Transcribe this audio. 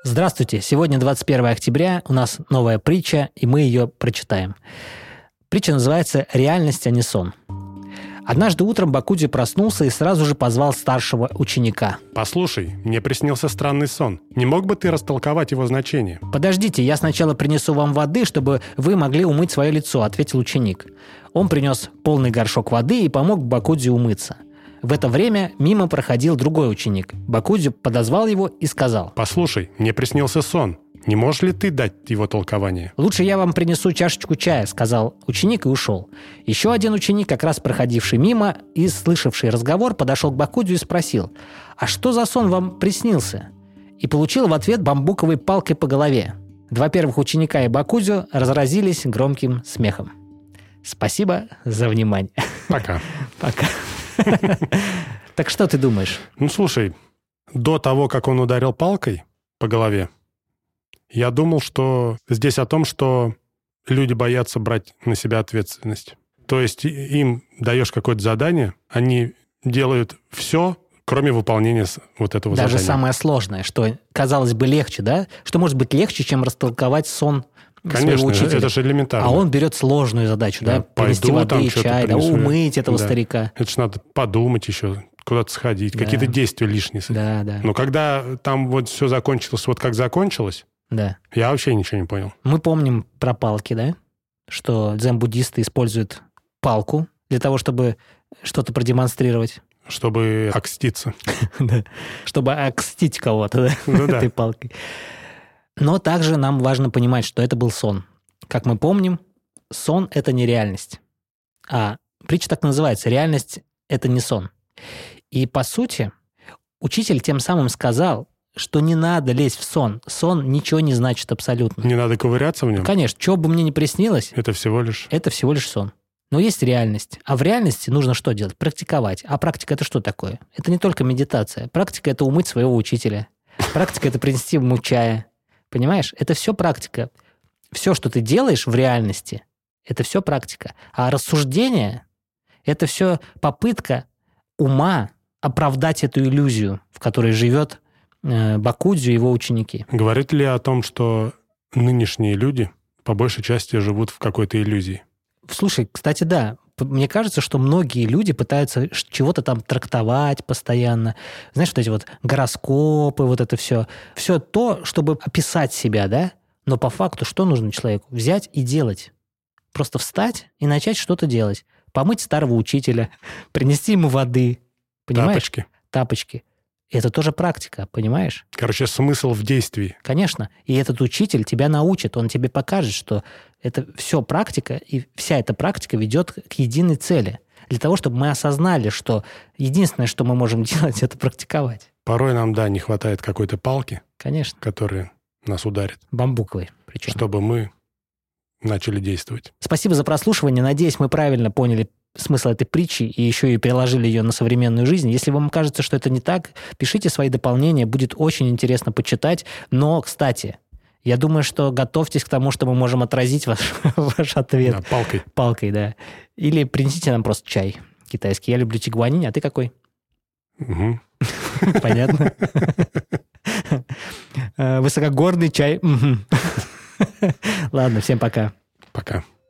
Здравствуйте! Сегодня 21 октября, у нас новая притча, и мы ее прочитаем. Притча называется «Реальность, а не сон». Однажды утром Бакудзи проснулся и сразу же позвал старшего ученика. «Послушай, мне приснился странный сон. Не мог бы ты растолковать его значение?» «Подождите, я сначала принесу вам воды, чтобы вы могли умыть свое лицо», — ответил ученик. Он принес полный горшок воды и помог Бакудзи умыться. В это время мимо проходил другой ученик. Бакудзи подозвал его и сказал: «Послушай, мне приснился сон. Не можешь ли ты дать его толкование?» «Лучше я вам принесу чашечку чая», — сказал ученик и ушел. Еще один ученик, как раз проходивший мимо и слышавший разговор, подошел к Бакудзи и спросил: «А что за сон вам приснился?» И получил в ответ бамбуковой палкой по голове. Два первых ученика и Бакудзи разразились громким смехом. Спасибо за внимание. Пока. Пока. Так что ты думаешь? Слушай, до того, как он ударил палкой по голове, я думал, что здесь о том, что люди боятся брать на себя ответственность. То есть им даешь какое-то задание, они делают все, кроме выполнения вот этого задания. Даже самое сложное, что, казалось бы, легче, да? Что может быть легче, чем растолковать сон своего учителя? Конечно, это же элементарно. А он берет сложную задачу, да? Принести воды и чай, да, умыть этого старика. Это же надо подумать еще, куда-то сходить, какие-то действия лишние. Да. Но когда там вот все закончилось, вот как закончилось, да, я вообще ничего не понял. Мы помним про палки, да? Что дзен-буддисты используют палку для того, чтобы что-то продемонстрировать. Чтобы окститься. Чтобы окстить кого-то, да, этой палкой. Но также нам важно понимать, что это был сон. Как мы помним, сон – это не реальность. А притча так называется: реальность – это не сон. И, по сути, учитель тем самым сказал, что не надо лезть в сон. Сон ничего не значит абсолютно. Не надо ковыряться в нем? Конечно. Что бы мне ни приснилось, это всего лишь сон. Но есть реальность. А в реальности нужно что делать? Практиковать. А практика – это что такое? Это не только медитация. Практика – это умыть своего учителя. Практика – это принести ему чая. Понимаешь? Это все практика. Все, что ты делаешь в реальности, это все практика. А рассуждение – это все попытка ума оправдать эту иллюзию, в которой живет Бакудзи и его ученики. Говорит ли о том, что нынешние люди по большей части живут в какой-то иллюзии? Слушай, кстати, да. Мне кажется, что многие люди пытаются чего-то там трактовать постоянно. Знаешь, вот эти вот гороскопы, вот это все. Все то, чтобы описать себя, да? Но по факту что нужно человеку? Взять и делать. Просто встать и начать что-то делать. Помыть старого учителя, принести ему воды. Понимаешь? Тапочки. Это тоже практика, понимаешь? Короче, смысл в действии. Конечно. И этот учитель тебя научит, он тебе покажет, что это все практика, и вся эта практика ведет к единой цели. Для того, чтобы мы осознали, что единственное, что мы можем делать, это практиковать. Порой нам, да, не хватает какой-то палки, конечно, которая нас ударит. Бамбуковой причем. Чтобы мы начали действовать. Спасибо за прослушивание. Надеюсь, мы правильно поняли смысл этой притчи и еще и приложили ее на современную жизнь. Если вам кажется, что это не так, пишите свои дополнения, будет очень интересно почитать. Но, кстати, я думаю, что готовьтесь к тому, что мы можем отразить ваш ответ. Да, палкой. Палкой, да. Или принесите нам просто чай китайский. Я люблю тигуанин, а ты какой? Угу. Понятно. Высокогорный чай. Ладно, всем пока. Пока.